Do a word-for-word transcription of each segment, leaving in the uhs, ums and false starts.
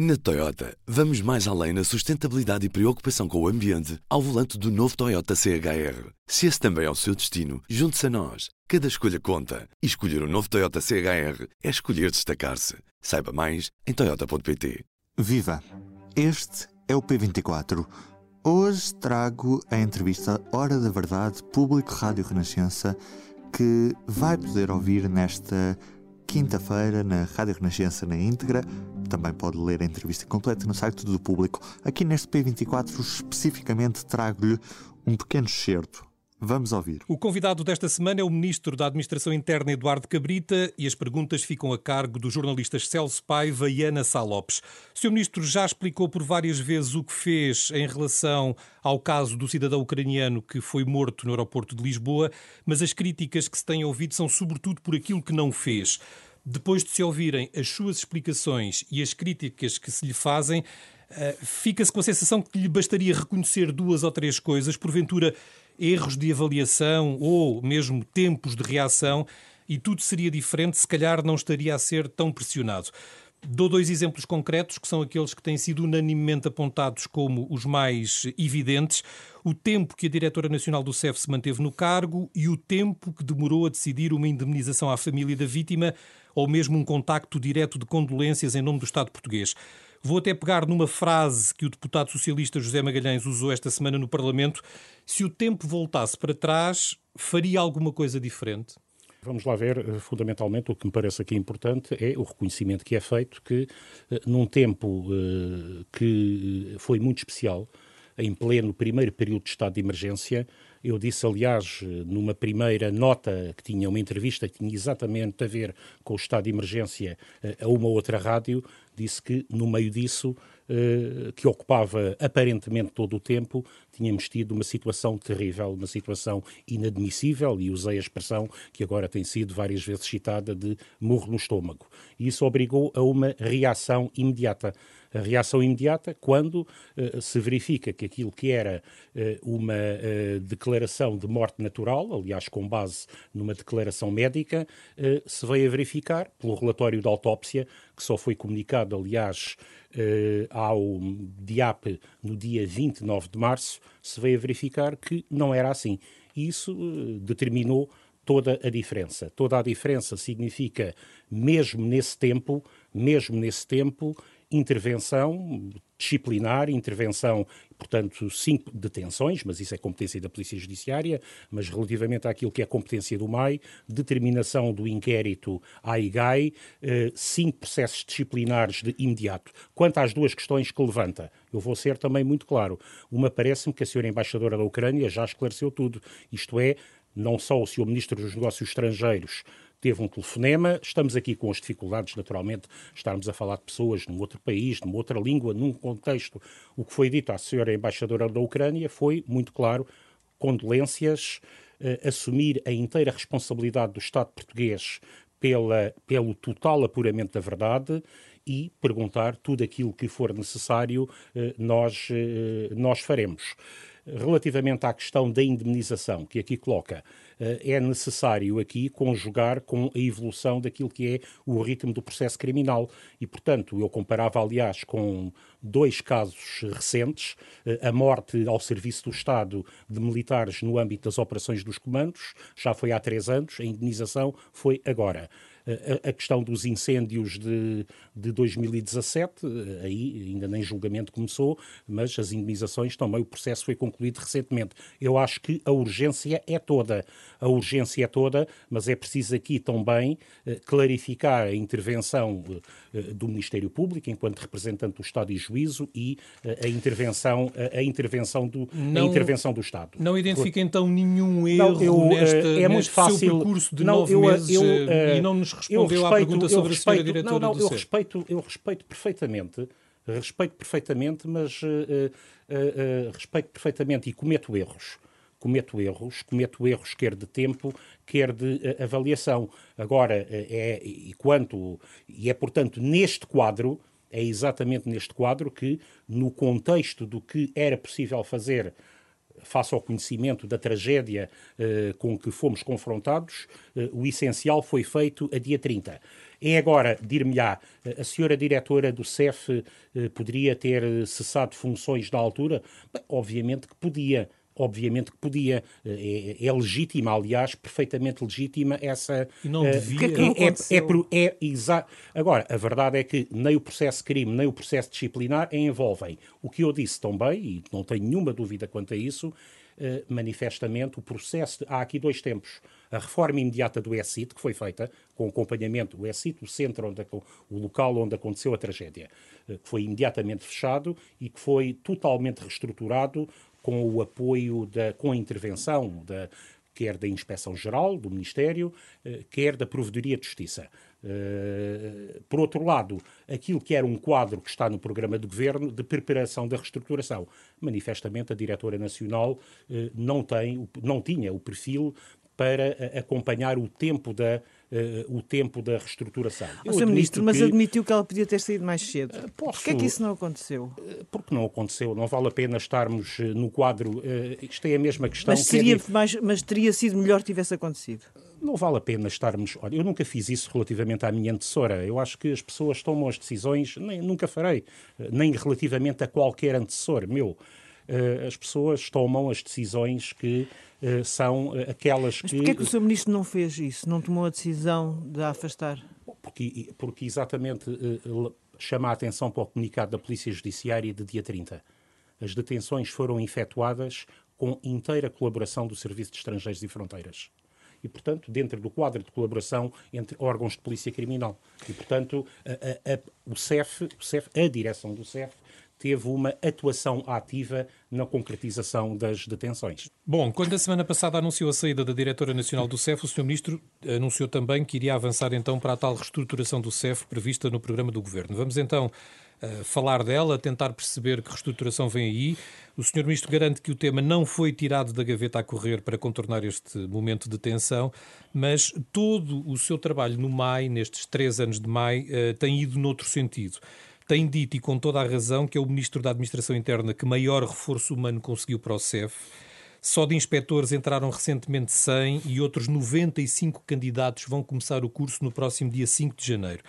Na Toyota, vamos mais além na sustentabilidade e preocupação com o ambiente ao volante do novo Toyota C H R. Se esse também é o seu destino, junte-se a nós. Cada escolha conta. E escolher o novo Toyota C H R é escolher destacar-se. Saiba mais em toyota ponto pt. Viva! Este é o P vinte e quatro. Hoje trago a entrevista Hora da Verdade, Público Rádio Renascença, que vai poder ouvir nesta quinta-feira na Rádio Renascença na íntegra. Também pode ler a entrevista completa no site do Público. Aqui neste P vinte e quatro, especificamente, trago-lhe um pequeno excerto. Vamos ouvir. O convidado desta semana é o Ministro da Administração Interna, Eduardo Cabrita, e as perguntas ficam a cargo dos jornalistas Celso Paiva e Ana Sá Lopes. O senhor Ministro já explicou por várias vezes o que fez em relação ao caso do cidadão ucraniano que foi morto no aeroporto de Lisboa, mas as críticas que se têm ouvido são sobretudo por aquilo que não fez. Depois de se ouvirem as suas explicações e as críticas que se lhe fazem, fica-se com a sensação que lhe bastaria reconhecer duas ou três coisas, porventura erros de avaliação ou mesmo tempos de reação, e tudo seria diferente, se calhar não estaria a ser tão pressionado. Dou dois exemplos concretos, que são aqueles que têm sido unanimemente apontados como os mais evidentes: o tempo que a diretora nacional do C E F se manteve no cargo e o tempo que demorou a decidir uma indemnização à família da vítima ou mesmo um contacto direto de condolências em nome do Estado português. Vou até pegar numa frase que o deputado socialista José Magalhães usou esta semana no Parlamento: se o tempo voltasse para trás, faria alguma coisa diferente? Vamos lá ver, fundamentalmente, o que me parece aqui importante é o reconhecimento que é feito que, num tempo que foi muito especial, em pleno primeiro período de estado de emergência, eu disse, aliás, numa primeira nota que tinha uma entrevista que tinha exatamente a ver com o estado de emergência a uma outra rádio, disse que no meio disso, que ocupava aparentemente todo o tempo, tínhamos tido uma situação terrível, uma situação inadmissível, e usei a expressão que agora tem sido várias vezes citada de murro no estômago. E isso obrigou a uma reação imediata. A reação imediata quando uh, se verifica que aquilo que era uh, uma uh, declaração de morte natural, aliás com base numa declaração médica, uh, se veio a verificar pelo relatório da autópsia, que só foi comunicado, aliás, uh, ao D I A P no dia vinte e nove de março, se veio a verificar que não era assim. E isso uh, determinou toda a diferença. Toda a diferença significa, mesmo nesse tempo, mesmo nesse tempo, intervenção disciplinar, intervenção, portanto, cinco detenções, mas isso é competência da Polícia Judiciária, mas relativamente àquilo que é competência do M A I, determinação do inquérito à I G A I, cinco processos disciplinares de imediato. Quanto às duas questões que levanta, eu vou ser também muito claro. Uma, parece-me que a senhora Embaixadora da Ucrânia já esclareceu tudo. Isto é, não só o senhor Ministro dos Negócios Estrangeiros teve um telefonema, estamos aqui com as dificuldades, naturalmente, estarmos a falar de pessoas num outro país, numa outra língua, num contexto. O que foi dito à senhora Embaixadora da Ucrânia foi, muito claro, condolências, eh, assumir a inteira responsabilidade do Estado português pela, pelo total apuramento da verdade e perguntar tudo aquilo que for necessário, eh, nós, eh, nós faremos. Relativamente à questão da indemnização, que aqui coloca, é necessário aqui conjugar com a evolução daquilo que é o ritmo do processo criminal. E, portanto, eu comparava, aliás, com dois casos recentes, a morte ao serviço do Estado de militares no âmbito das operações dos comandos, já foi há três anos, a indemnização foi agora. A, a questão dos incêndios de, de dois mil e dezassete, aí ainda nem julgamento começou, mas as indemnizações também, o processo foi concluído recentemente. Eu acho que a urgência é toda, a urgência é toda, mas é preciso aqui também eh, clarificar a intervenção eh, do Ministério Público, enquanto representante do Estado e juízo, e eh, a, intervenção, a, a, intervenção do, não, a intervenção do Estado. Não identifica então nenhum erro não, eu, nesta, é muito fácil, seu percurso de não, nove eu, meses eu, uh, e não nos respondeu à pergunta sobre respeito, a senhora diretora não, não, do eu C E F. respeito, eu respeito perfeitamente, respeito perfeitamente, mas uh, uh, uh, respeito perfeitamente e cometo erros. Cometo erros, cometo erros quer de tempo, quer de uh, avaliação. Agora, uh, é, e, quanto, e é, portanto, neste quadro, é exatamente neste quadro que, no contexto do que era possível fazer face ao conhecimento da tragédia uh, com que fomos confrontados, uh, o essencial foi feito a dia trinta. É agora, dir-me-á, a senhora diretora do C E F uh, poderia ter cessado funções na altura? Bem, obviamente que podia. Obviamente que podia. É, é legítima, aliás, perfeitamente legítima essa... E não devia. Uh, que é que não aconteceu? É, é, é, exa... Agora, a verdade é que nem o processo de crime, nem o processo disciplinar envolvem. O que eu disse também, e não tenho nenhuma dúvida quanto a isso, uh, manifestamente o processo... De... Há aqui dois tempos. A reforma imediata do E S I T, que foi feita com acompanhamento do E S I T, o centro, onde, o local onde aconteceu a tragédia, uh, que foi imediatamente fechado e que foi totalmente reestruturado com o apoio, da, com a intervenção da, quer da Inspeção-Geral, do Ministério, quer da Provedoria de Justiça. Por outro lado, aquilo que era um quadro que está no programa de governo de preparação da reestruturação, manifestamente a Diretora Nacional não, tem, não tinha o perfil para acompanhar o tempo da, uh, o tempo da reestrusturação. O senhor Ministro, mas que... admitiu que ela podia ter saído mais cedo. Uh, posso... Porquê é que isso não aconteceu? Uh, porque não aconteceu. Não vale a pena estarmos uh, no quadro... Uh, isto é a mesma questão... Mas, seria que é... mais, mas teria sido melhor que tivesse acontecido? Não vale a pena estarmos... Olha, eu nunca fiz isso relativamente à minha antecessora. Eu acho que as pessoas tomam as decisões... Nem, nunca farei. Uh, nem relativamente a qualquer antecessor meu. Uh, as pessoas tomam as decisões que uh, são uh, aquelas Mas que... Mas porquê é que o senhor Ministro não fez isso? Não tomou a decisão de a afastar? Porque, porque exatamente uh, chama a atenção para o comunicado da Polícia Judiciária de dia trinta. As detenções foram efetuadas com inteira colaboração do Serviço de Estrangeiros e Fronteiras. E, portanto, dentro do quadro de colaboração entre órgãos de polícia criminal. E, portanto, a, a, a, o C E F, o C E F, a direção do C E F, teve uma atuação ativa na concretização das detenções. Bom, quando a semana passada anunciou a saída da Diretora Nacional do C E F, o senhor Ministro anunciou também que iria avançar então para a tal reestruturação do C E F prevista no programa do Governo. Vamos então uh, falar dela, tentar perceber que reestruturação vem aí. O senhor Ministro garante que o tema não foi tirado da gaveta a correr para contornar este momento de tensão, mas todo o seu trabalho no M A I, nestes três anos de M A I, uh, tem ido noutro sentido. Tem dito, e com toda a razão, que é o Ministro da Administração Interna que maior reforço humano conseguiu para o C E F. Só de inspectores entraram recentemente cem e outros noventa e cinco candidatos vão começar o curso no próximo dia cinco de janeiro.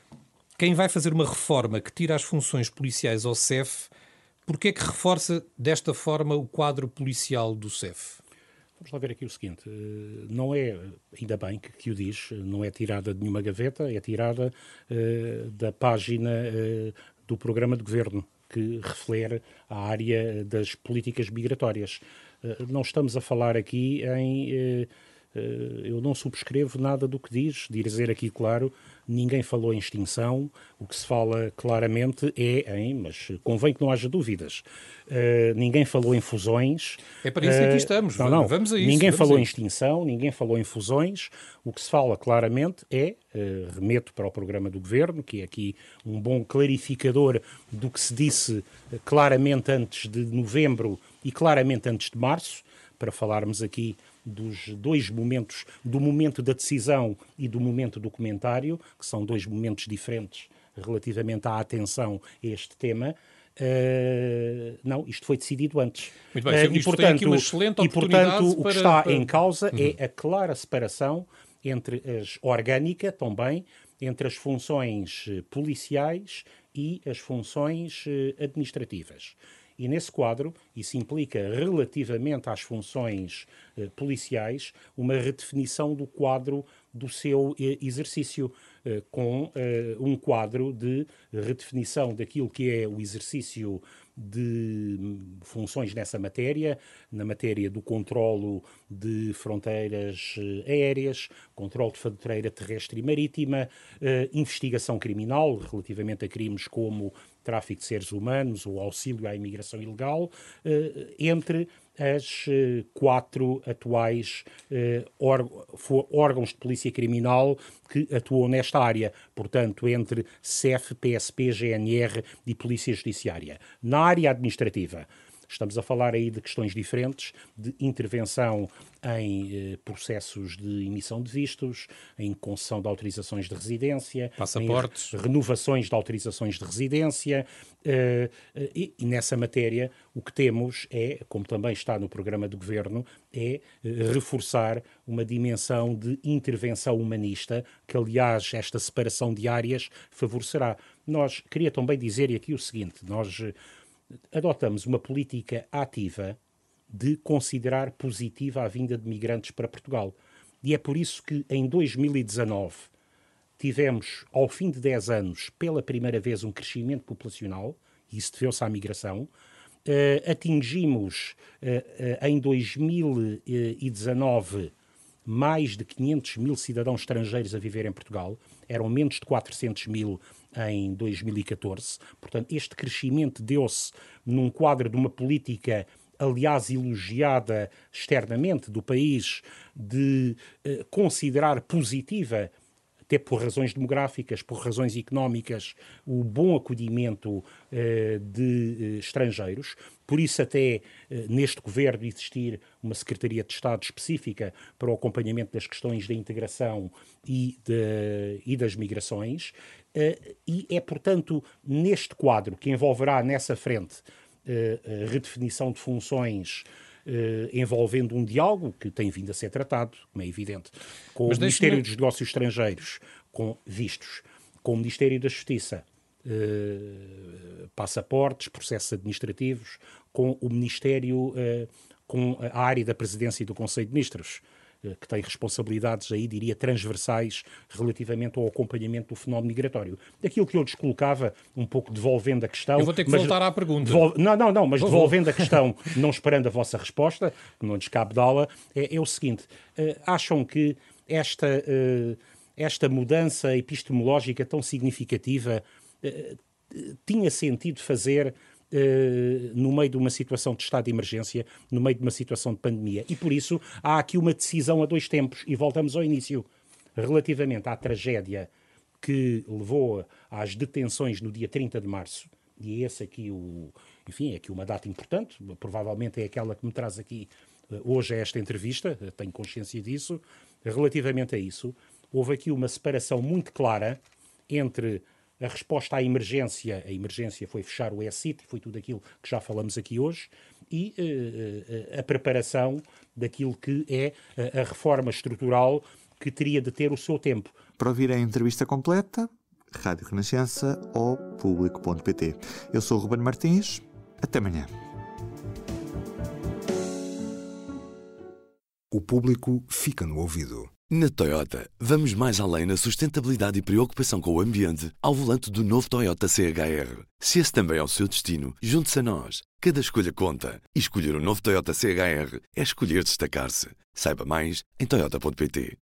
Quem vai fazer uma reforma que tira as funções policiais ao C E F, porquê é que reforça desta forma o quadro policial do C E F? Vamos lá ver aqui o seguinte, não é, ainda bem que, que o diz, não é tirada de nenhuma gaveta, é tirada uh, da página uh, do programa de governo, que refere a área das políticas migratórias. Uh, não estamos a falar aqui em... Uh, uh, eu não subscrevo nada do que diz, de dizer aqui, claro, ninguém falou em extinção, o que se fala claramente é em, mas convém que não haja dúvidas, uh, ninguém falou em fusões. É para isso que aqui estamos, uh, não, não, vamos a isso. Ninguém vamos falou a em isso. extinção, ninguém falou em fusões, o que se fala claramente é, uh, remeto para o programa do Governo, que é aqui um bom clarificador do que se disse uh, claramente antes de novembro e claramente antes de março, para falarmos aqui dos dois momentos, do momento da decisão e do momento do comentário, que são dois momentos diferentes relativamente à atenção a este tema. Uh, não, isto foi decidido antes. Muito bem, uh, e, portanto, tem aqui uma excelente oportunidade e, portanto, para... o que está para... em causa uhum. é a clara separação entre as orgânica, também, entre as funções policiais e as funções administrativas. E nesse quadro, isso implica, relativamente às funções eh, policiais, uma redefinição do quadro do seu eh, exercício, eh, com eh, um quadro de redefinição daquilo que é o exercício de funções nessa matéria, na matéria do controlo de fronteiras aéreas, controlo de fronteira terrestre e marítima, eh, investigação criminal relativamente a crimes como tráfico de seres humanos ou auxílio à imigração ilegal, eh, entre as eh, quatro atuais eh, órgãos de polícia criminal que atuam nesta área, portanto, entre C E F, P S P, G N R e Polícia Judiciária. Na área administrativa, Estamos a falar aí de questões diferentes, de intervenção em eh, processos de emissão de vistos, em concessão de autorizações de residência, passaportes, em renovações de autorizações de residência, eh, eh, e, e nessa matéria o que temos é, como também está no programa do Governo, é eh, reforçar uma dimensão de intervenção humanista, que aliás esta separação de áreas favorecerá. Nós, queria também dizer aqui o seguinte, nós eh, adotamos uma política ativa de considerar positiva a vinda de migrantes para Portugal. E é por isso que em dois mil e dezanove tivemos, ao fim de dez anos, pela primeira vez um crescimento populacional, e isso deveu-se à migração. Uh, atingimos uh, uh, em dois mil e dezanove mais de quinhentos mil cidadãos estrangeiros a viver em Portugal, eram menos de quatrocentos mil em dois mil e catorze. Portanto, este crescimento deu-se num quadro de uma política, aliás, elogiada externamente do país, de eh, considerar positiva, até por razões demográficas, por razões económicas, o bom acolhimento eh, de eh, estrangeiros. Por isso até eh, neste governo existir uma Secretaria de Estado específica para o acompanhamento das questões da integração e, de, e das migrações. Eh, e é, portanto, neste quadro que envolverá nessa frente eh, a redefinição de funções, Uh, envolvendo um diálogo que tem vindo a ser tratado, como é evidente, com Mas o Ministério me... dos Negócios Estrangeiros, com vistos, com o Ministério da Justiça, uh, passaportes, processos administrativos, com o Ministério, uh, com a área da Presidência e do Conselho de Ministros, uh, que tem responsabilidades aí, diria, transversais relativamente ao acompanhamento do fenómeno migratório. Daquilo que eu lhes colocava, um pouco devolvendo a questão... Eu vou ter que mas, voltar à pergunta. Devol... Não, não, não, mas vou, devolvendo vou. a questão, não esperando a vossa resposta, que não lhes cabe dá-la, é, é o seguinte, uh, acham que esta, uh, esta mudança epistemológica tão significativa uh, tinha sentido fazer Uh, no meio de uma situação de estado de emergência, no meio de uma situação de pandemia. E por isso há aqui uma decisão a dois tempos. E voltamos ao início. Relativamente à tragédia que levou às detenções no dia trinta de março, e é esse aqui o... Enfim, é aqui uma data importante, provavelmente é aquela que me traz aqui uh, hoje a esta entrevista, tenho consciência disso. Relativamente a isso, houve aqui uma separação muito clara entre a resposta à emergência, a emergência foi fechar o E-City, foi tudo aquilo que já falamos aqui hoje, e uh, a preparação daquilo que é a reforma estrutural que teria de ter o seu tempo. Para ouvir a entrevista completa, Rádio Renascença ou público ponto pt. Eu sou o Ruben Martins, até amanhã. O público fica no ouvido. Na Toyota, vamos mais além na sustentabilidade e preocupação com o ambiente ao volante do novo Toyota C H R. Se esse também é o seu destino, junte-se a nós. Cada escolha conta. E escolher o novo Toyota C H R é escolher destacar-se. Saiba mais em toyota ponto pt.